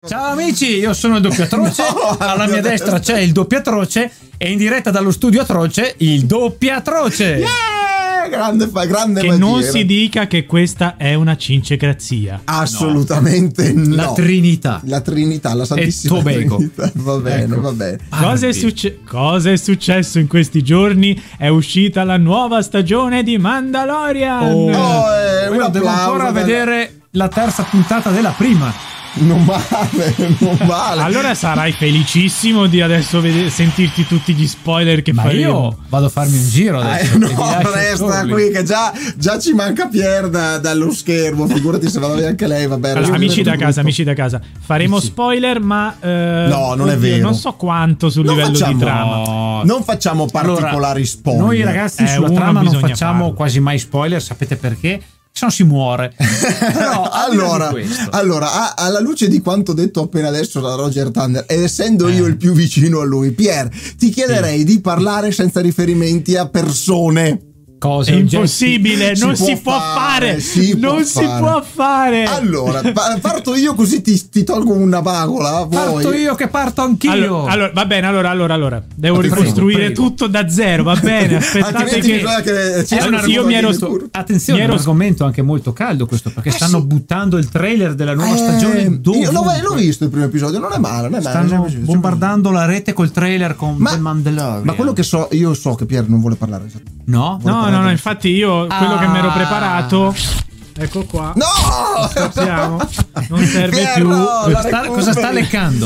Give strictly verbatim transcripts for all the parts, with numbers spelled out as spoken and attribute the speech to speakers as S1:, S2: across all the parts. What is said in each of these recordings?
S1: Ciao amici, io sono il doppio atroce, no, alla mia destra c'è il doppio atroce e in diretta dallo studio atroce il doppio atroce.
S2: Yeah! Grande, grande
S3: che
S2: magia.
S3: Non si dica che questa è una cincecrazia.
S2: Assolutamente no. no.
S1: La Trinità.
S2: La Trinità, la Santissima
S1: e Tobago.
S2: Trinità. Va bene,
S1: ecco.
S2: va bene.
S3: Cosa è, succe- cosa è successo in questi giorni? È uscita la nuova stagione di Mandalorian.
S1: Oh,
S2: oh eh,
S1: Io devo ancora
S2: della...
S1: vedere la terza puntata della prima.
S2: Non male, non male.
S3: Allora sarai felicissimo di adesso vedere, sentirti tutti gli spoiler che
S1: Ma
S3: faremo.
S1: io vado a farmi un giro adesso.
S2: Eh, no, resta qui che già, già ci manca Pier da, dallo schermo. Figurati se vado via anche lei. Vabbè,
S3: allora, amici da casa, amici da casa, faremo
S1: amici.
S3: spoiler, ma eh,
S2: no, non è vero.
S3: Non so quanto sul
S2: non
S3: livello
S2: facciamo,
S3: di trama.
S1: No.
S2: Non facciamo particolari
S1: allora,
S2: spoiler.
S1: Noi ragazzi
S3: eh,
S1: sulla trama non facciamo
S3: farlo.
S1: quasi mai spoiler. Sapete perché? Se no si muore. Però,
S2: allora, allora a, alla luce di quanto detto appena adesso da Roger Thunder, ed essendo eh. io il più vicino a lui, Pier, ti chiederei sì. di parlare senza riferimenti a persone.
S1: Cose,
S3: è impossibile,
S2: si
S3: non
S2: può
S3: si può fare,
S2: fare si
S3: non
S2: può
S3: si
S2: fare.
S3: può fare.
S2: Allora, parto io così ti, ti tolgo una pagola.
S1: Parto
S2: poi.
S1: io che parto anch'io.
S3: Allora, allora, va bene, allora, allora, allora. Devo
S2: prego,
S3: ricostruire
S1: prego.
S3: tutto da zero, va bene. Aspettate che,
S2: che
S3: eh, allora, io mi ero sto...
S1: Attenzione,
S3: mi ero...
S1: è un argomento anche molto caldo questo, perché
S2: eh,
S1: stanno
S2: sì.
S1: buttando il trailer della nuova
S2: eh,
S1: stagione dovunque.
S2: Io l'ho, l'ho visto il primo episodio, non è male, non è male.
S1: Stanno
S2: non è
S1: bombardando la rete col trailer con
S2: ma,
S1: The Mandalorian.
S2: Ma quello che so, io so che Pier non vuole parlare.
S1: No?
S3: Vuole no, parlare no, no, infatti io quello ah. che mi ero preparato, ecco qua.
S2: No!
S3: Sappiamo, non serve
S2: Pier,
S3: più.
S2: No,
S1: cosa, sta, cosa sta leccando?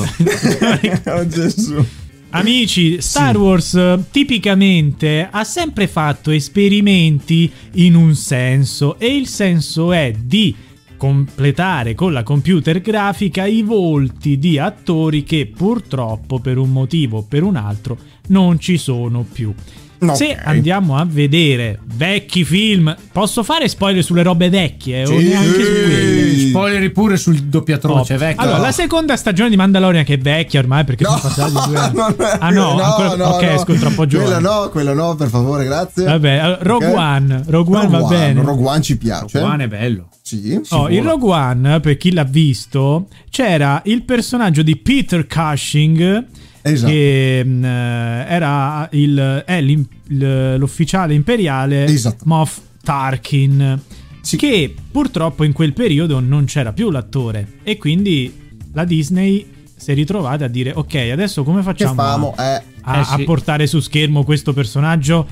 S2: Oh, Gesù.
S3: Amici, Star
S1: sì.
S3: Wars tipicamente ha sempre fatto esperimenti in un senso, e il senso è di completare con la computer grafica i volti di attori che purtroppo per un motivo o per un altro non ci sono più.
S2: Okay.
S3: Se andiamo a vedere vecchi film, posso fare spoiler sulle robe vecchie?
S2: Sì.
S3: O neanche su quelle?
S1: Spoileri pure sul doppio atroce,
S3: oh.
S1: vecchio.
S3: Allora,
S2: no.
S3: la seconda stagione di Mandalorian, che è vecchia ormai perché no. sono passati due anni. Ah no,
S2: no,
S3: ancora...
S2: no
S3: ok,
S2: no.
S3: esco troppo giovane.
S2: Quello no, quello no, per favore, grazie.
S3: Vabbè, allora, Rogue
S2: okay.
S3: One, Rogue One
S2: Rogue
S3: va
S2: One,
S3: bene.
S2: Rogue One ci piace.
S1: Rogue One è bello.
S2: Sì.
S3: Oh, in Rogue One, per chi l'ha visto, c'era il personaggio di Peter Cushing.
S2: Esatto.
S3: Che mh, era il, è l'ufficiale imperiale
S2: esatto.
S3: Moff Tarkin, sì. che purtroppo in quel periodo non c'era più l'attore, e quindi la Disney si è ritrovata a dire ok, adesso come facciamo
S2: famo,
S3: a,
S2: eh.
S3: a,
S1: Eh sì.
S3: a portare su schermo questo personaggio?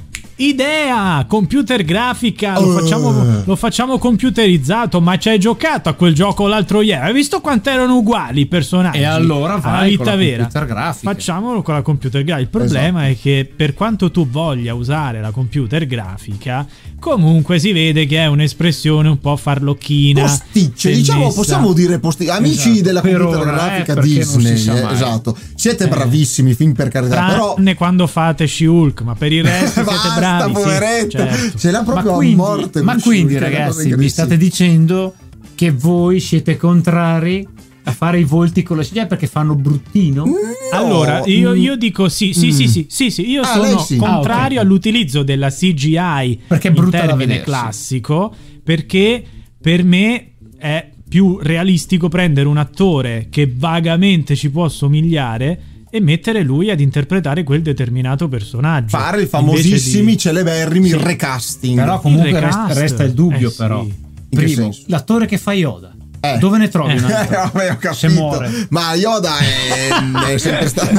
S3: Idea, computer grafica, lo,
S2: uh.
S3: facciamo, lo facciamo computerizzato. Ma ci hai giocato a quel gioco l'altro ieri? Hai visto quanto erano uguali i personaggi?
S1: E allora vai
S3: alla vita
S1: con la
S3: vera.
S1: computer grafica.
S3: Facciamolo con la computer grafica. Il problema esatto. è che per quanto tu voglia usare la computer grafica, comunque si vede che è un'espressione un po' farlocchina.
S2: Posticce, diciamo, possiamo dire posticce. Amici
S1: esatto.
S2: della
S1: per
S2: computer
S1: ora,
S2: grafica
S1: eh,
S2: Disney,
S1: si
S2: eh, esatto. Siete
S3: eh.
S2: bravissimi, film per carità,
S3: tranne
S2: però
S3: quando fate She-Hulk, ma per il resto siete bravi.
S2: Basta, poveretto.
S3: Sì, certo.
S2: Ce l'ha proprio
S1: ma quindi,
S2: a morte.
S1: Ma quindi ragazzi, mi state dicendo che voi siete contrari a fare i volti con la C G I perché fanno bruttino?
S2: No.
S3: Allora, io, io dico sì, sì, mm. sì, sì, sì, sì, io
S2: ah,
S3: sono
S2: sì.
S3: contrario
S1: ah, okay.
S3: all'utilizzo della C G I
S1: perché è
S3: in
S1: brutta da
S3: termine
S1: vedersi.
S3: classico, perché per me è più realistico prendere un attore che vagamente ci può somigliare e mettere lui ad interpretare quel determinato personaggio.
S2: Fare i famosissimi, di... celeberrimi sì. recasting.
S1: Però comunque
S3: il
S1: resta, resta il dubbio,
S3: eh,
S1: però.
S3: Sì.
S1: Primo, l'attore che fa Yoda.
S2: Eh.
S1: Dove ne trovi un altro?
S2: Vabbè, ho capito.
S1: Se muore.
S2: Ma Yoda è, è sempre stato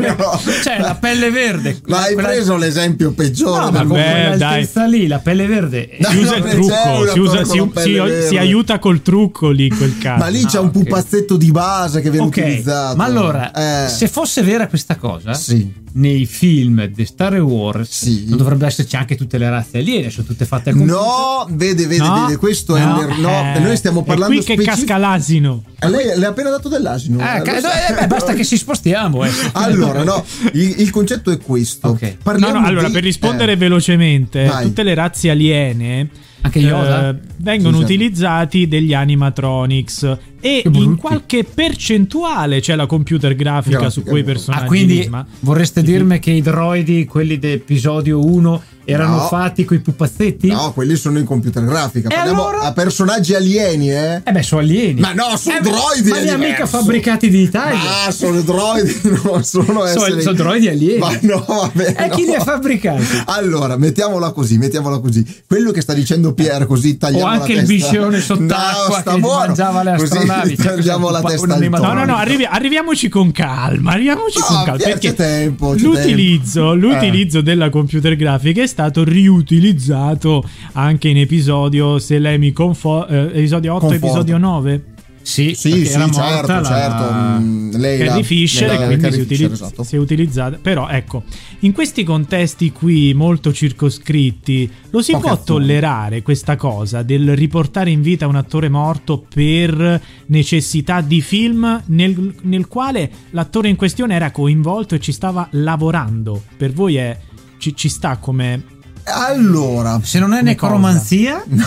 S1: cioè la pelle verde.
S2: Ma hai
S1: quella...
S2: preso l'esempio peggiore?
S1: No, ma con quell'altezza lì, la pelle verde
S3: si usa il trucco, si, usa, si, si, si aiuta col trucco lì in quel caso.
S2: Ma lì c'è
S1: ah,
S2: un
S1: okay.
S2: pupazzetto di base che viene
S1: okay.
S2: utilizzato.
S1: Ma allora,
S2: eh.
S1: se fosse vera questa cosa,
S2: sì.
S1: nei film di Star Wars
S2: sì.
S1: non dovrebbe esserci anche tutte le razze aliene, sono tutte fatte al computer.
S2: No, vede, vede,
S3: no,
S2: vede, questo
S3: no,
S2: è il, no,
S3: eh,
S2: noi stiamo parlando
S3: è qui che
S2: specific-
S3: casca l'asino.
S2: A lei le ha appena dato dell'asino.
S1: Eh,
S2: eh,
S1: ca- eh, beh, basta che ci spostiamo. Eh.
S2: Allora, no, il, il concetto è questo.
S1: Okay.
S3: No, no, allora,
S2: di,
S3: per rispondere
S2: eh,
S3: velocemente,
S2: vai.
S3: tutte le razze aliene
S1: anche Yoda
S3: eh, vengono
S2: sì,
S3: utilizzati degli animatronics e in qualche percentuale c'è la computer grafica
S2: Grafica,
S3: su quei personaggi.
S1: Ah, quindi
S3: lì, ma
S1: vorreste dirmi che i droidi, quelli dell'episodio uno Erano
S2: No.
S1: fatti coi pupazzetti?
S2: No, quelli sono in computer grafica.
S1: E
S2: Parliamo
S1: allora?
S2: a personaggi alieni, eh?
S1: Eh beh, sono alieni.
S2: Ma no, sono
S1: Eh beh,
S2: droidi.
S1: Ma
S2: è
S1: li ha mica
S2: diverso.
S1: fabbricati in Italia.
S2: Ah, sono droidi, non sono
S1: Sono,
S2: esseri.
S1: sono droidi alieni.
S2: Ma no, vabbè.
S1: E chi
S2: no.
S1: li ha fabbricati?
S2: Allora, mettiamola così, mettiamola così. Quello che sta dicendo Pier, così tagliamo
S1: O
S2: la
S1: anche il
S2: testa.
S1: biscione sott'acqua
S2: No, sta
S1: che
S2: buono.
S1: mangiava le
S2: Così
S1: astronavi. Cioè,
S2: tagliamo la
S1: un
S2: testa al
S1: animatronico.
S3: No, no, no,
S2: toro.
S3: arrivi- arriviamoci con calma, arriviamoci
S2: No,
S3: con calma,
S2: Pier,
S3: perché
S2: c'è tempo, c'è
S3: l'utilizzo,
S2: tempo.
S3: l'utilizzo della computer grafica è stato riutilizzato anche in episodio, se lei mi confo- eh, episodio otto,
S2: Conforta.
S3: episodio nove.
S1: Sì,
S2: Sì,
S1: perché
S2: sì,
S1: era
S2: certo,
S1: morta la-
S2: certo. Mm, lei
S3: Carrie
S2: la-
S3: Fisher,
S2: la-
S3: e quindi
S2: Carrie
S3: si,
S2: Fisher,
S3: utilizza,
S2: esatto.
S3: si è utilizzata. Però ecco, in questi contesti qui molto circoscritti lo si
S2: Poche
S3: può
S2: azioni.
S3: tollerare questa cosa del riportare in vita un attore morto per necessità di film nel, nel quale l'attore in questione era coinvolto e ci stava lavorando. Per voi è ci, ci sta come
S2: Allora,
S1: Se non è
S3: Come
S1: necromanzia,
S2: no,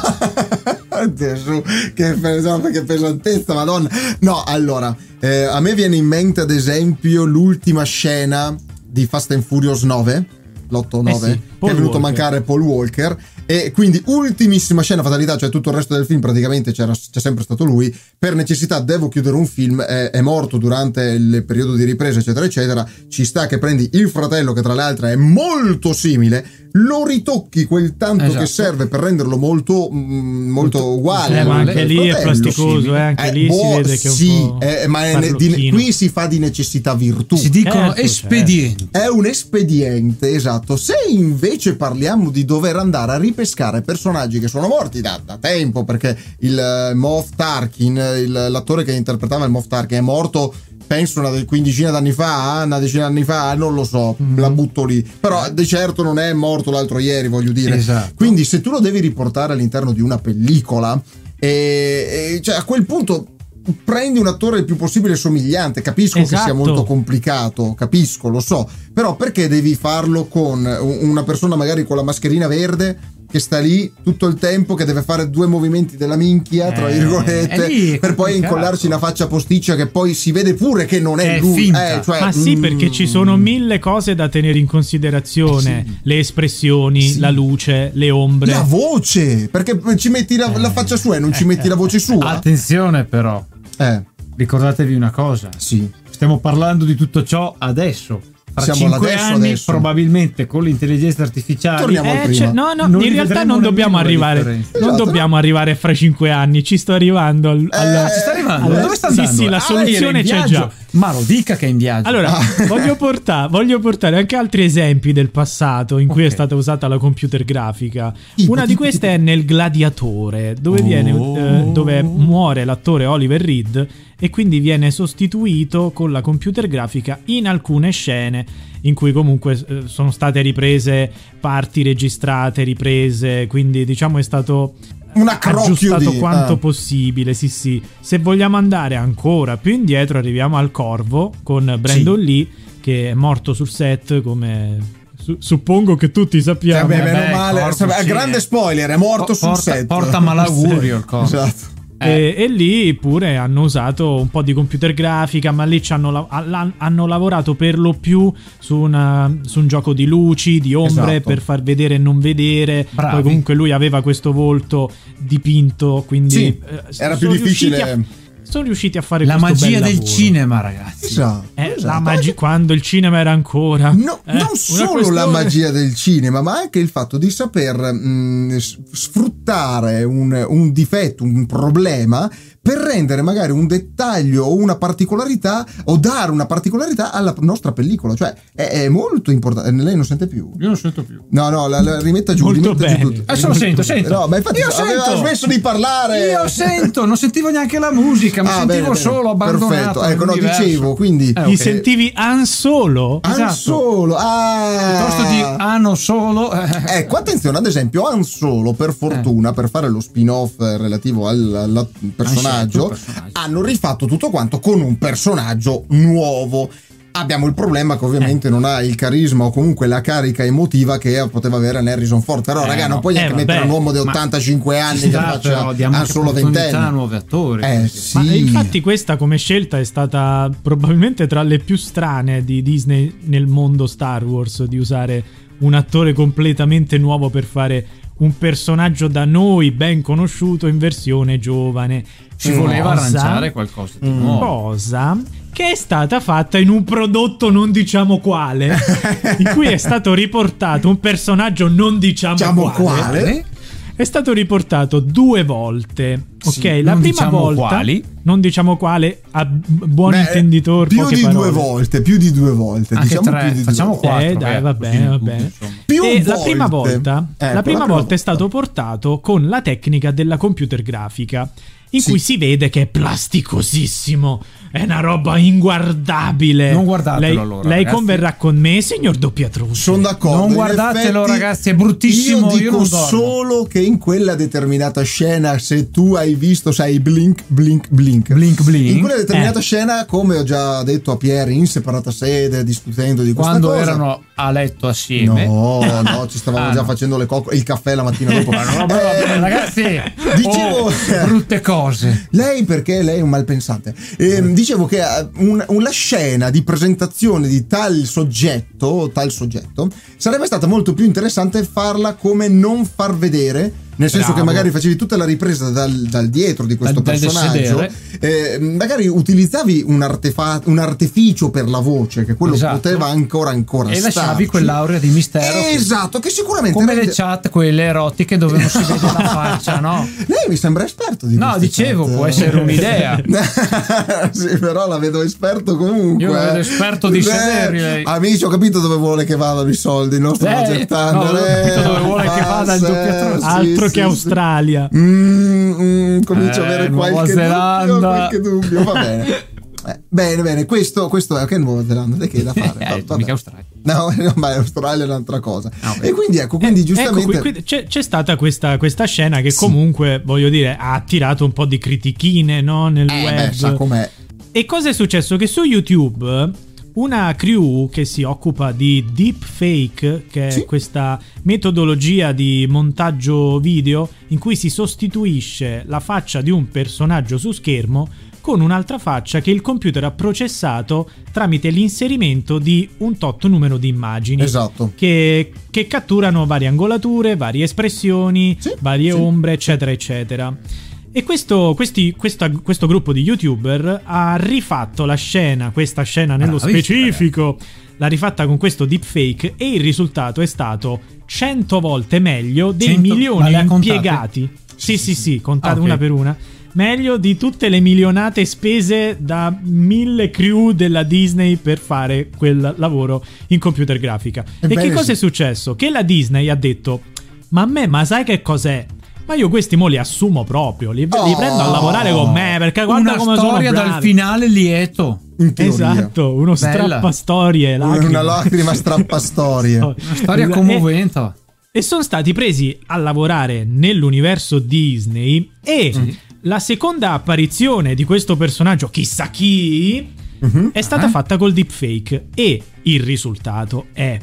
S2: Oddio, su, che, no, che pesantezza, madonna. No, allora, eh, a me viene in mente ad esempio l'ultima scena di Fast and Furious nove, l'otto nove,
S3: Eh sì,
S2: che
S3: Paul
S2: è venuto a
S3: Walker.
S2: mancare Paul Walker. E quindi ultimissima scena, fatalità, cioè tutto il resto del film praticamente c'era, c'è sempre stato lui. Per necessità devo chiudere un film, è, è morto durante il periodo di ripresa eccetera eccetera. Ci sta che prendi il fratello, che tra le altre è molto simile, lo ritocchi quel tanto
S1: Esatto.
S2: che serve per renderlo molto mm, molto uguale.
S3: Eh, ma
S2: al
S3: anche lì è
S2: fratello.
S3: plasticoso, eh, anche
S2: Eh,
S3: lì si
S2: boh,
S3: vede che è un
S2: sì,
S3: po'
S2: eh, ma è ne- di-
S3: farlocchino.
S2: qui si fa di necessità virtù.
S1: si dicono
S3: Certo,
S1: espedienti.
S2: È un espediente, esatto. Se invece parliamo di dover andare a ripescare personaggi che sono morti da, da tempo, perché il eh, Moff Tarkin, il- l'attore che interpretava il Moff Tarkin, è morto penso una quindicina d'anni fa, una decina d'anni fa, non lo so,
S1: Mm.
S2: la butto lì. Però di certo non è morto l'altro ieri, voglio dire.
S1: Esatto.
S2: Quindi se tu lo devi riportare all'interno di una pellicola, e, e, cioè a quel punto prendi un attore il più possibile somigliante. Capisco che sia
S3: Esatto.
S2: molto complicato, capisco, lo so, però perché devi farlo con un- una persona magari con la mascherina verde che sta lì tutto il tempo, che deve fare due movimenti della minchia tra
S1: Eh,
S2: virgolette,
S1: è lì, è
S2: per poi
S1: complicato.
S2: incollarci una faccia posticcia che poi si vede pure che non è,
S1: È
S2: lui.
S1: finta.
S2: Eh, cioè,
S3: Ma sì,
S2: mm,
S3: perché ci sono mille cose da tenere in considerazione.
S2: Eh sì.
S3: Le espressioni,
S2: Sì.
S3: la luce, le ombre.
S2: la voce, perché ci metti la, la faccia sua e non ci metti la voce sua.
S1: Attenzione però,
S2: Eh,
S1: ricordatevi una cosa.
S2: sì.
S1: Stiamo parlando di tutto ciò adesso. Fra
S2: Siamo
S1: cinque
S2: adesso,
S1: anni,
S2: adesso.
S1: probabilmente con l'intelligenza artificiale.
S2: Torniamo al
S3: Eh,
S2: prima.
S3: cioè, no, no,
S1: Non
S3: in
S1: li
S3: realtà
S1: vedremo
S3: non dobbiamo
S1: nemmeno la
S3: arrivare.
S1: differenza.
S3: Non
S2: Esatto.
S3: dobbiamo arrivare fra cinque anni. Ci sto arrivando. Al, alla-
S2: Eh,
S1: Ci sta arrivando?
S3: alla-
S1: Dove sta
S3: sì,
S1: andando?
S3: sì, la
S1: Ah, lei era
S3: soluzione
S1: in
S3: c'è
S1: viaggio.
S3: già.
S1: Ma lo dica che è in viaggio.
S3: Allora,
S2: Ah.
S3: voglio, portare, voglio portare anche altri esempi del passato in cui
S1: Ok.
S3: è stata usata la computer grafica.
S2: Tipo,
S3: Una di
S2: tipo,
S3: queste
S2: tipo.
S3: è nel Gladiatore, dove,
S1: Oh.
S3: viene, eh, dove muore l'attore Oliver Reed e quindi viene sostituito con la computer grafica in alcune scene in cui comunque eh, sono state riprese parti registrate, riprese, quindi diciamo è stato
S2: Un accrocchio
S3: aggiustato
S2: di-
S3: quanto
S2: ah.
S3: possibile. Sì, sì. Se vogliamo andare ancora più indietro, arriviamo al Corvo con Brandon Lee, che è morto sul set, come su- suppongo che tutti sappiamo.
S2: Vabbè,
S1: Vabbè,
S2: meno male.
S1: Corvo,
S2: Vabbè,
S1: sì,
S2: grande
S1: eh.
S2: spoiler, è morto
S1: Po-
S2: sul
S1: porta,
S2: set.
S1: porta malaugurio il corpo.
S2: Esatto.
S3: E, e lì pure hanno usato un po' di computer grafica, ma lì ci hanno, la- alla- hanno lavorato per lo più su, una- su un gioco di luci, di ombre,
S2: Esatto.
S3: per far vedere e non vedere.
S1: Bravi.
S3: Poi comunque lui aveva questo volto dipinto, quindi
S2: Sì,
S3: eh,
S2: era
S3: sono
S2: più difficile.
S3: riusciti a- sono riusciti a fare
S1: La
S3: questo
S1: magia
S3: bel
S1: del
S3: lavoro.
S1: cinema, ragazzi.
S2: Esatto.
S3: Eh,
S2: esatto.
S3: la magia quando il cinema era ancora
S2: No,
S3: eh,
S2: non
S3: una
S2: solo
S3: questione-
S2: la magia del cinema, ma anche il fatto di saper mh, s- sfruttare un, un difetto, un problema, per rendere magari un dettaglio o una particolarità, o dare una particolarità alla nostra pellicola. Cioè è, è molto importante. Lei non sente più?
S1: Io non sento più.
S2: No, no, la, la rimetta giù,
S3: Molto
S2: rimetta
S3: bene.
S2: giù tutto.
S1: Adesso lo sento, sento.
S2: No, ma infatti
S1: Io
S2: aveva
S1: sento.
S2: smesso di parlare.
S1: Io sento, non sentivo neanche la musica, mi
S2: Ah,
S1: sentivo
S2: bene, bene.
S1: solo abbandonato.
S2: Perfetto. Ecco, no,
S1: nell'universo.
S2: dicevo, quindi
S1: Eh,
S3: Ti
S1: ok.
S3: sentivi an solo?
S2: Han
S3: Esatto.
S2: Solo. Ah.
S1: Piuttosto di hanno solo. eh.
S2: Ecco, attenzione, ad esempio, Han Solo, per fortuna, per fare lo spin-off eh, relativo al, al personaggio,
S1: scelto il personaggio.
S2: hanno rifatto tutto quanto con un personaggio nuovo. Abbiamo il problema che ovviamente non ha il carisma o comunque la carica emotiva che poteva avere Harrison Ford. Però,
S1: Eh,
S2: raga, non
S1: no.
S2: puoi
S3: Eh,
S2: neanche
S3: vabbè,
S2: mettere un uomo di
S1: ma
S2: ottantacinque anni
S1: Ci
S2: che
S1: sta,
S2: faccia
S1: però diamo
S2: Han
S1: anche
S2: Solo
S1: opportunità a
S2: ventenne.
S1: nuovi attori.
S2: Eh,
S1: perché-
S2: sì.
S3: Ma infatti questa come scelta è stata probabilmente tra le più strane di Disney nel mondo Star Wars, di usare un attore completamente nuovo per fare un personaggio da noi ben conosciuto in versione giovane.
S1: Si voleva arrangiare qualcosa di nuovo.
S3: Cosa che è stata fatta in un prodotto non diciamo quale, in cui è stato riportato un personaggio non diciamo,
S2: diciamo
S3: quale.
S2: quale.
S3: È stato riportato due volte.
S1: Sì,
S3: ok, la
S1: non
S3: prima
S1: diciamo
S3: volta,
S1: quali.
S3: non diciamo quale, a buon
S2: Beh,
S3: intenditor,
S2: più
S3: poche
S2: di
S3: parole.
S2: due volte, più di due volte.
S1: Anche
S2: diciamo
S1: tre,
S2: più di
S1: facciamo
S2: due
S1: quattro.
S3: Eh, dai,
S1: eh,
S3: va
S1: così
S3: bene, va
S1: in
S3: bene.
S1: tutto, insomma.
S2: Più
S3: E la
S2: volte.
S3: prima volta,
S2: Ecco,
S3: la prima volta è
S2: volta.
S3: stato portato con la tecnica della computer grafica, in
S2: Sì.
S3: cui si vede che è plasticosissimo, è una roba inguardabile.
S1: Non guardatelo
S3: lei,
S1: allora,
S3: lei
S1: ragazzi.
S3: converrà con me, signor Doppiatruzzi.
S2: Sono d'accordo.
S1: Non
S2: in
S1: guardatelo,
S2: effetti,
S1: ragazzi, è bruttissimo,
S2: Io
S1: io
S2: dico
S1: non dormo.
S2: solo che in quella determinata scena, se tu hai visto, sai, blink, blink, blink.
S1: Blink blink.
S2: In quella determinata
S3: Eh.
S2: scena, come ho già detto a Pierre in separata sede, discutendo di questa
S1: Quando
S2: cosa.
S1: erano a letto assieme.
S2: No, no, ci stavamo
S1: Ah,
S2: già
S1: no.
S2: facendo le coccole, il caffè la mattina dopo.
S1: Ma no, vabbè,
S2: Eh,
S1: ragazzi,
S2: dicevo-
S1: oh, brutte cose.
S2: Lei perché lei è un malpensante. Ehm, dicevo che eh, un- una scena di presentazione di tal soggetto, tal soggetto, sarebbe stata molto più interessante farla come non far vedere. Nel senso
S1: Bravo.
S2: che magari facevi tutta la ripresa dal, dal dietro di questo
S1: Dal- dal
S2: personaggio,
S1: sedere.
S2: eh, magari utilizzavi un, artefa- un artificio per la voce, che quello
S1: Esatto.
S2: poteva ancora ancora
S1: E lasciavi
S2: starci.
S1: quell'aurea di mistero. che-
S2: Esatto, che sicuramente
S1: Come
S2: rende-
S1: le chat, quelle erotiche dove non si vede la faccia, no?
S2: Lei mi sembra esperto di
S1: No,
S2: queste
S1: dicevo,
S2: chat.
S1: può essere un'idea.
S2: Sì, però la vedo esperto comunque.
S1: Io la vedo esperto di
S2: Eh,
S1: sederi, lei.
S2: Amici, ho capito dove vuole che vadano i soldi. Non sto
S1: Eh,
S2: gettando.
S1: no, ho capito dove vuole che vada il doppiatore.
S2: Sì,
S3: Altro
S2: sì,
S3: che
S2: sì.
S3: Australia.
S2: Mm, mm, comincio
S1: Eh,
S2: a avere
S1: Nuova
S2: qualche
S1: Zelanda.
S2: dubbio, qualche dubbio. Va bene. Eh, bene, bene. Questo, questo è che Nuova Zelanda, che è da fare.
S1: Eh,
S2: Va- vabbè.
S1: mica Australia.
S2: No, no, ma Australia è un'altra cosa.
S1: Ah, ok.
S2: E quindi ecco, quindi
S3: Eh,
S2: giustamente.
S3: ecco, qui- qui c'è, c'è stata questa, questa scena che comunque, voglio dire, ha attirato un po' di critichine, no, nel
S2: eh,
S3: web.
S2: beh, sa com'è.
S3: E cosa è successo? Che su YouTube una crew che si occupa di deepfake, che è
S2: Sì.
S3: questa metodologia di montaggio video in cui si sostituisce la faccia di un personaggio su schermo con un'altra faccia che il computer ha processato tramite l'inserimento di un tot numero di immagini.
S2: Esatto.
S3: Che, che catturano varie angolature, varie espressioni,
S2: Sì,
S3: varie
S2: sì.
S3: ombre, eccetera, eccetera. E questo, questi, questa- questo gruppo di YouTuber ha rifatto la scena, questa scena nello
S1: Bravissimi,
S3: specifico, l'ha rifatta con questo deepfake e il risultato è stato cento volte meglio dei
S1: cento ma
S3: milioni
S1: le ha contate?
S3: impiegati. Sì, sì, sì, contate
S1: Ah, ok.
S3: una per una. Meglio di tutte le milionate spese da mille crew della Disney per fare quel lavoro in computer grafica. E
S2: Ebbene
S3: che cosa
S2: sì.
S3: è successo? Che la Disney ha detto: ma a me, ma sai che cos'è? Ma io questi mo li assumo proprio, li, li
S2: Oh.
S3: prendo a lavorare con me, perché guarda
S1: Una
S3: come sono
S1: storia dal
S3: bravi.
S1: finale lieto.
S2: In teoria.
S3: Esatto, uno
S1: Bella.
S3: strappastorie,
S2: Una,
S3: lacrime.
S2: una lacrima strappastorie.
S3: Una
S1: Una storia commovente.
S3: E sono stati presi a lavorare nell'universo Disney e la seconda apparizione di questo personaggio, chissà chi,
S2: Mhm.
S3: è stata
S1: Ah.
S3: fatta col deepfake e il risultato è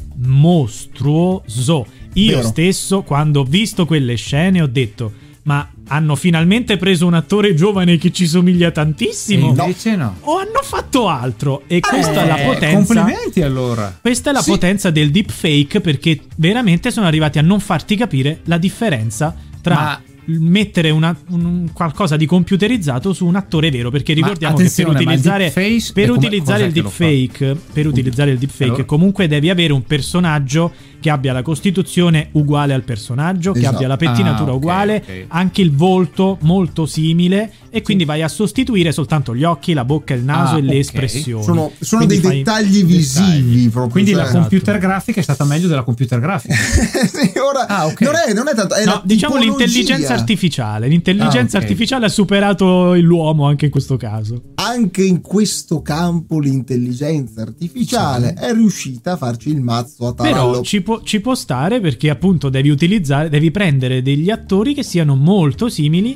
S3: mostruoso. Io
S2: Vero.
S3: stesso, quando ho visto quelle scene, ho detto: ma hanno finalmente preso un attore giovane che ci somiglia
S1: E
S3: tantissimo?
S1: invece no.
S3: O hanno fatto altro? E questa è la
S1: Eh,
S3: potenza.
S1: Complimenti allora.
S3: Questa è la
S2: Sì.
S3: potenza del deepfake, perché veramente sono arrivati a non farti capire la differenza tra
S1: Ma-
S3: mettere una, un, qualcosa di computerizzato su un attore vero, perché
S1: Ma
S3: ricordiamo che per
S1: attenzione, ma il
S3: utilizzare,
S1: deepface
S3: per
S1: è come-
S3: utilizzare il
S1: cos'è che lo fa?
S3: deepfake, per utilizzare il deepfake
S1: Allora?
S3: comunque devi avere un personaggio che abbia la costituzione uguale al personaggio, che
S2: Esatto.
S3: abbia la pettinatura
S1: Ah, ok,
S3: uguale,
S1: ok.
S3: anche il volto molto simile, e quindi vai a sostituire soltanto gli occhi, la bocca, il naso
S1: Ah,
S3: e le
S1: ok.
S3: espressioni.
S2: Sono, sono
S3: Quindi
S2: dei
S3: fai-
S2: dettagli visivi proprio.
S1: Quindi la
S2: cioè-
S1: computer grafica è stata meglio della computer grafica.
S2: Sì, ora
S1: Ah, ok.
S2: non, è, non è tanto. È
S3: No,
S2: la
S3: diciamo
S2: tipologia.
S3: l'intelligenza artificiale. L'intelligenza
S1: Ah, ok.
S3: artificiale ha superato l'uomo anche in questo caso.
S2: Anche in questo campo l'intelligenza artificiale è riuscita a farci il mazzo a
S3: Però
S2: tarallo.
S3: ci può, ci può stare, perché appunto devi utilizzare, devi prendere degli attori che siano molto simili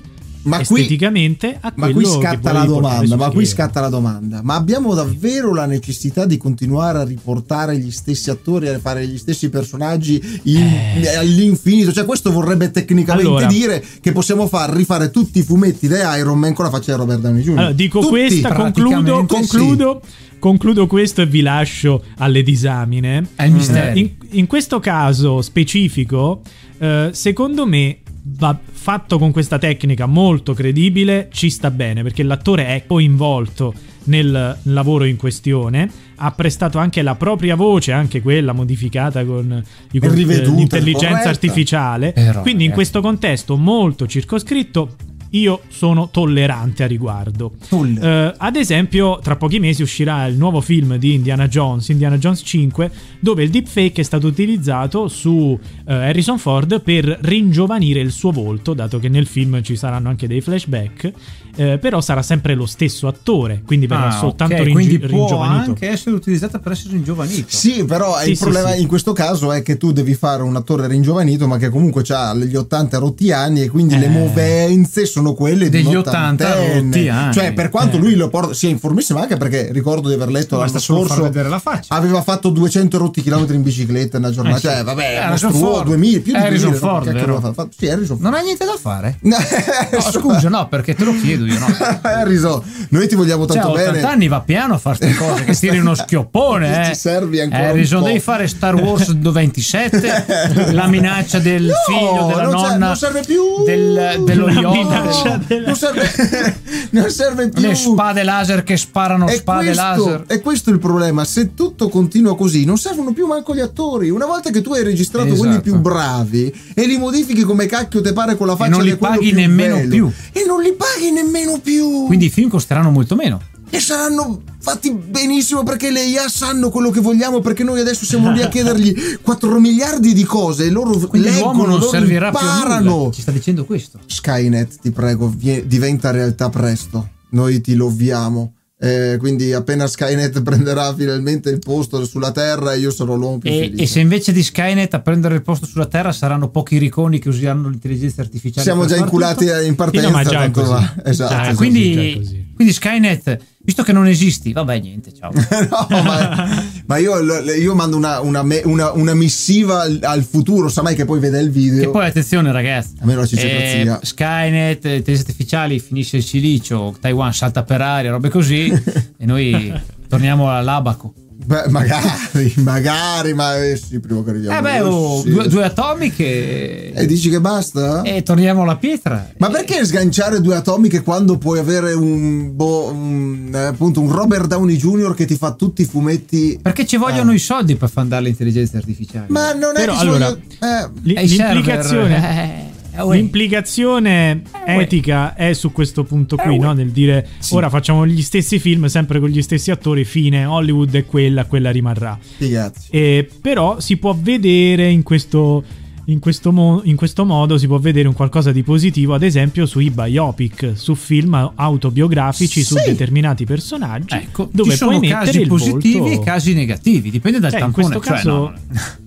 S2: ma qui,
S3: esteticamente a quello
S2: ma qui scatta la domanda, ma qui
S3: schermo.
S2: scatta la domanda. Ma abbiamo davvero la necessità di continuare a riportare gli stessi attori, a fare gli stessi personaggi in, eh. all'infinito? Cioè, questo vorrebbe tecnicamente
S3: allora,
S2: dire che possiamo far rifare tutti i fumetti di Iron Man con la faccia di Robert Downey junior
S3: Allora, dico
S2: tutti,
S3: questa, concludo, concludo, sì. concludo questo e vi lascio alle disamine.
S1: È il mistero.
S3: In, in questo caso specifico, eh, secondo me va fatto con questa tecnica molto credibile, ci sta bene perché l'attore è coinvolto nel lavoro in questione, ha prestato anche la propria voce, anche quella modificata con i, l'intelligenza corretta. artificiale. Però, quindi in questo contesto molto circoscritto io sono tollerante a riguardo. Uh, ad esempio, tra pochi mesi uscirà il nuovo film di Indiana Jones, Indiana Jones cinque, dove il deepfake è stato utilizzato su uh, Harrison Ford per ringiovanire il suo volto, dato che nel film ci saranno anche dei flashback, uh, però sarà sempre lo stesso attore, quindi verrà
S1: ah,
S3: soltanto
S1: okay,
S3: ringi-
S1: quindi può
S3: ringiovanito.
S1: anche essere utilizzata per essere ringiovanito.
S2: Sì, però
S3: sì,
S2: il
S3: sì,
S2: problema
S3: sì.
S2: in questo caso è che tu devi fare un attore ringiovanito, ma che comunque ha gli ottanta rotti anni e quindi eh. le movenze sono quelle
S1: degli ottanta rotti anni.
S2: Cioè, per quanto eh. lui lo porta, sia informissimo, anche perché ricordo di aver letto l'anno scorso,
S1: vedere la faccia.
S2: Aveva fatto duecento rotti chilometri in bicicletta in una giornata. Eh sì. Cioè, vabbè,
S1: Harrison Ford,
S2: duemila, più di
S1: Harrison
S2: duemila,
S1: Ford,
S2: no? Fatto, sì, Harrison
S1: non
S2: Ford.
S1: ha niente da fare? No, scusa, no, perché te lo chiedo io, no.
S2: Harrison, noi ti vogliamo tanto
S1: cioè,
S2: bene.
S1: ottanta anni va piano a fare queste cose, che tiri uno schioppone, eh.
S2: Ci servi ancora
S1: Harrison,
S2: un po'.
S1: Devi fare Star Wars ventisette, la minaccia del
S2: no,
S1: figlio della
S2: non
S1: nonna,
S2: non serve più.
S1: Del, dello
S3: la
S1: Yoda,
S3: minaccia
S1: del...
S3: della...
S2: non serve non serve più.
S1: Le spade laser che sparano
S2: è
S1: spade
S2: questo,
S1: laser.
S2: è questo il problema. Se tutto continua così, non servono più manco gli attori. Una volta che tu hai registrato
S1: esatto.
S2: quelli più bravi e li modifichi come cacchio te pare con la faccia,
S1: e non li
S2: di quello
S1: paghi
S2: più
S1: nemmeno
S2: bello.
S1: più.
S2: E non li paghi nemmeno più.
S1: Quindi i film costeranno molto meno.
S2: E saranno fatti benissimo perché le I A sanno quello che vogliamo, perché noi adesso siamo lì a chiedergli quattro miliardi di cose e loro
S1: quindi
S2: leggono,
S1: l'uomo non
S2: loro
S1: servirà
S2: imparano.
S1: più a nulla. Ci sta dicendo questo.
S2: Skynet, ti prego, vie- diventa realtà presto. Noi ti loviamo. Eh, quindi appena Skynet prenderà finalmente il posto sulla Terra, io sarò l'uomo più
S1: e,
S2: felice.
S1: E se invece di Skynet a prendere il posto sulla Terra saranno pochi riconi che useranno l'intelligenza artificiale,
S2: siamo già inculati tutto? In partenza,
S3: sì, no, ma già
S2: tanto va. Esatto,
S1: ah,
S2: esatto.
S1: Quindi, quindi Skynet, visto che non esisti, vabbè, niente, ciao.
S2: No, ma, ma io, io mando una, una, una, una missiva al, al futuro, sa mai che poi vede il video.
S1: Che poi attenzione ragazzi,
S2: a me la cicecrazia.
S1: eh, Skynet, intelligenze artificiali, finisce il silicio, Taiwan salta per aria, robe così e noi torniamo all'abaco.
S2: Beh, magari, magari, ma eh sì, prima che arriviamo.
S1: Eh beh, oh,
S2: sì.
S1: due, due atomiche.
S2: E dici che basta?
S1: E torniamo alla pietra.
S2: Ma
S1: e...
S2: perché sganciare due atomiche quando puoi avere un, boh, un, eh, appunto, un Robert Downey junior che ti fa tutti i fumetti?
S1: Perché ci vogliono eh. i soldi per far andare le intelligenze artificiali.
S2: Ma non è
S3: Però,
S2: che
S3: allora,
S2: voglio... eh.
S3: l'implicazione
S1: server, eh.
S3: L'implicazione
S1: eh,
S3: etica è su questo punto qui,
S1: eh,
S3: no? Nel dire
S1: sì.
S3: ora facciamo gli stessi film sempre con gli stessi attori, fine, Hollywood è quella, quella rimarrà.
S2: Ragazzi.
S3: E però si può vedere in questo, in questo, mo- in questo modo si può vedere un qualcosa di positivo, ad esempio sui biopic, su film autobiografici
S2: sì.
S3: su determinati personaggi,
S1: ecco,
S3: dove
S1: ci sono
S3: puoi
S1: casi
S3: mettere il
S1: positivi
S3: volto...
S1: e casi negativi, dipende dal
S3: cioè,
S1: tampone.
S3: In questo
S1: cioè,
S3: caso...
S1: no.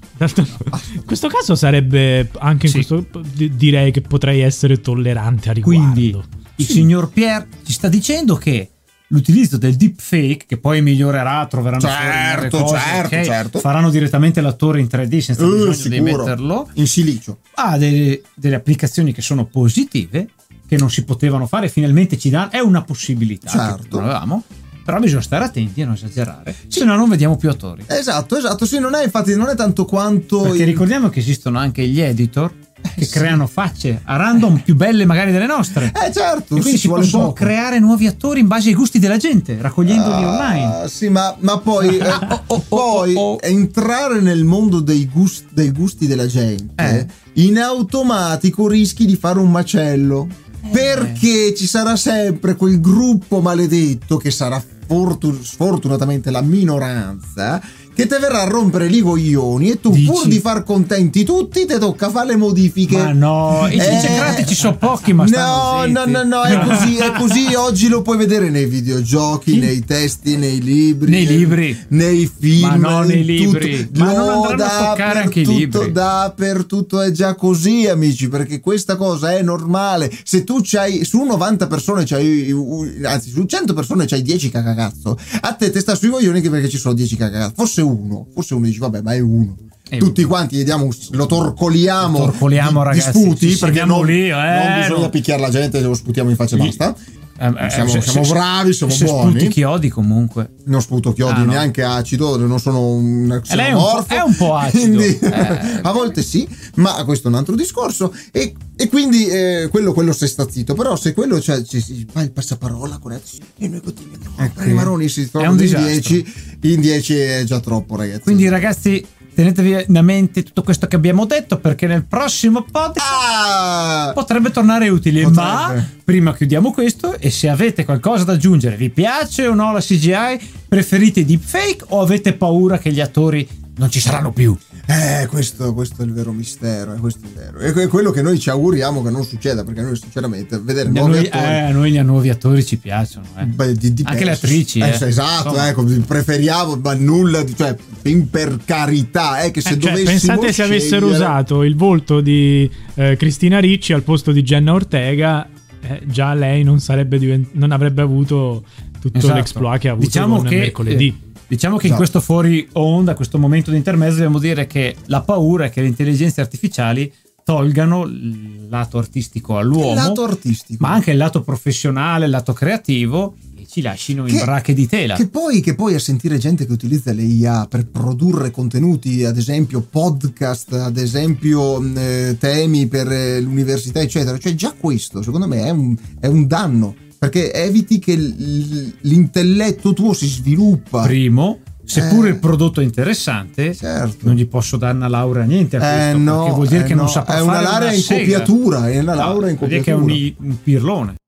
S3: In questo caso sarebbe anche in
S1: sì.
S3: questo d- direi che potrei essere tollerante a riguardo.
S1: Quindi il sì. signor Pierre ci sta dicendo che l'utilizzo del deepfake, che poi migliorerà, troveranno
S2: certo,
S1: fuori cose,
S2: certo,
S1: okay?
S2: certo.
S1: faranno direttamente l'attore in tre D senza
S2: uh,
S1: bisogno
S2: sicuro.
S1: di metterlo
S2: in silicio.
S1: Ha delle, delle applicazioni che sono positive, che non si potevano fare, finalmente ci danno, è una possibilità
S2: certo.
S1: che non avevamo. Però bisogna stare attenti a non esagerare, se no non vediamo più attori.
S2: Esatto, esatto, sì, non è infatti non è tanto quanto
S1: perché
S2: il...
S1: ricordiamo che esistono anche gli editor che sì. creano facce a random più belle magari delle nostre.
S2: Eh certo,
S1: e quindi
S2: sì,
S1: si possono poco. creare nuovi attori in base ai gusti della gente, raccogliendoli
S2: uh,
S1: online.
S2: Sì, ma, ma poi, eh,
S1: oh, oh,
S2: poi
S1: oh, oh.
S2: entrare nel mondo dei gusti, dei gusti della gente
S1: eh.
S2: in automatico rischi di fare un macello. Eh. Perché ci sarà sempre quel gruppo maledetto che sarà fortun- sfortunatamente la minoranza che te verrà a rompere i coglioni e tu
S1: Dici?
S2: pur di far contenti tutti te tocca fare le modifiche.
S1: Ma no, i
S2: Eh,
S1: democratici sono pochi, ma
S2: no,
S1: stanno
S2: no,
S1: zitti.
S2: no, no, è così, è così. Oggi lo puoi vedere nei videogiochi,
S1: Chi?
S2: nei testi, nei libri,
S1: Nei libri.
S2: nei film,
S1: Ma no, nei
S2: in
S1: libri.
S2: tutto.
S1: Ma non
S2: No,
S1: andranno a toccare anche i
S2: dappertutto,
S1: libri.
S2: Dappertutto è già così, amici, perché questa cosa è normale. Se tu c'hai su novanta persone c'hai, anzi su cento persone c'hai dieci cagacazzo, a te te sta sui coglioni che perché ci sono dieci cagacazzo. Fosse uno, fosse uno dici vabbè, ma è uno.
S1: È
S2: Tutti
S1: uno.
S2: quanti gli diamo, lo torcoliamo,
S1: Lo torcoliamo,
S2: di,
S1: ragazzi,
S2: di sputi,
S1: ci
S2: perché
S1: sediamo
S2: non,
S1: lì, eh,
S2: non bisogna
S1: no.
S2: picchiare la gente, lo sputiamo in faccia e
S1: Gli-
S2: basta.
S1: Eh, eh,
S2: Siamo,
S1: se-
S2: siamo
S1: se-
S2: bravi, siamo
S1: se
S2: buoni.
S1: sputi chiodi comunque.
S2: Non sputo chiodi,
S1: Ah, no.
S2: neanche acido, non sono un
S1: Eh, lei è un po'-
S2: xenomorfo.
S1: è un po' acido.
S2: Quindi,
S1: Eh.
S2: a volte sì, ma questo è un altro discorso. E, e quindi eh, quello, quello se sta zitto. Però se quello c'è, ci si fa il passaparola con e noi continuiamo a
S1: Ecco.
S2: i maroni si
S1: È
S2: trovano
S1: un
S2: in
S1: disastro.
S2: dieci, in dieci è già troppo, ragazzi.
S1: Quindi ragazzi, tenetevi a mente tutto questo che abbiamo detto, perché nel prossimo podcast
S2: ah!
S1: potrebbe tornare utile.
S2: Potrebbe.
S1: Ma prima chiudiamo questo, e se avete qualcosa da aggiungere, vi piace o no la C G I, preferite i deepfake o avete paura che gli attori non ci saranno più?
S2: Eh, questo, questo è il vero mistero, eh, questo è vero. E è quello che noi ci auguriamo che non succeda, perché noi sinceramente vedere
S1: A
S2: nuovi
S1: noi,
S2: attori...
S1: eh, a noi gli nuovi attori ci piacciono, eh.
S2: Beh, di- dipende.
S1: Anche le attrici,
S2: Eh,
S1: eh.
S2: esatto,
S1: Insomma.
S2: ecco, preferiamo, ma nulla di, cioè, in per carità, eh, che se
S3: Eh, cioè,
S2: dovessimo
S3: pensate se avessero
S2: scegliere-
S3: usato il volto di eh, Cristina Ricci al posto di Jenna Ortega, eh, già lei non sarebbe divent- non avrebbe avuto tutto
S1: Esatto.
S3: l'exploit che ha avuto
S1: Diciamo
S3: con
S1: che,
S3: mercoledì.
S1: eh, Diciamo che
S2: Esatto.
S1: in questo fuori onda, questo momento di intermezzo, dobbiamo dire che la paura è che le intelligenze artificiali tolgano il lato artistico all'uomo,
S2: Il lato artistico.
S1: ma anche il lato professionale, il lato creativo, e ci lascino in
S2: Che-
S1: bracche di tela.
S2: Che poi, che poi a sentire gente che utilizza le I A per produrre contenuti, ad esempio podcast, ad esempio eh, temi per eh, l'università, eccetera, cioè già questo secondo me è un, è un danno, perché eviti che l- l'intelletto tuo si sviluppa.
S1: Primo, seppure
S2: Eh.
S1: il prodotto è interessante,
S2: Certo.
S1: non gli posso dare una laurea niente a questo,
S2: Eh no,
S1: perché vuol dire
S2: eh
S1: che
S2: no,
S1: non saprà
S2: è
S1: fare
S2: una laurea in
S1: sega.
S2: copiatura, è una
S1: No,
S2: laurea in
S1: vuol dire che è
S2: copiatura.
S1: un, un pirlone.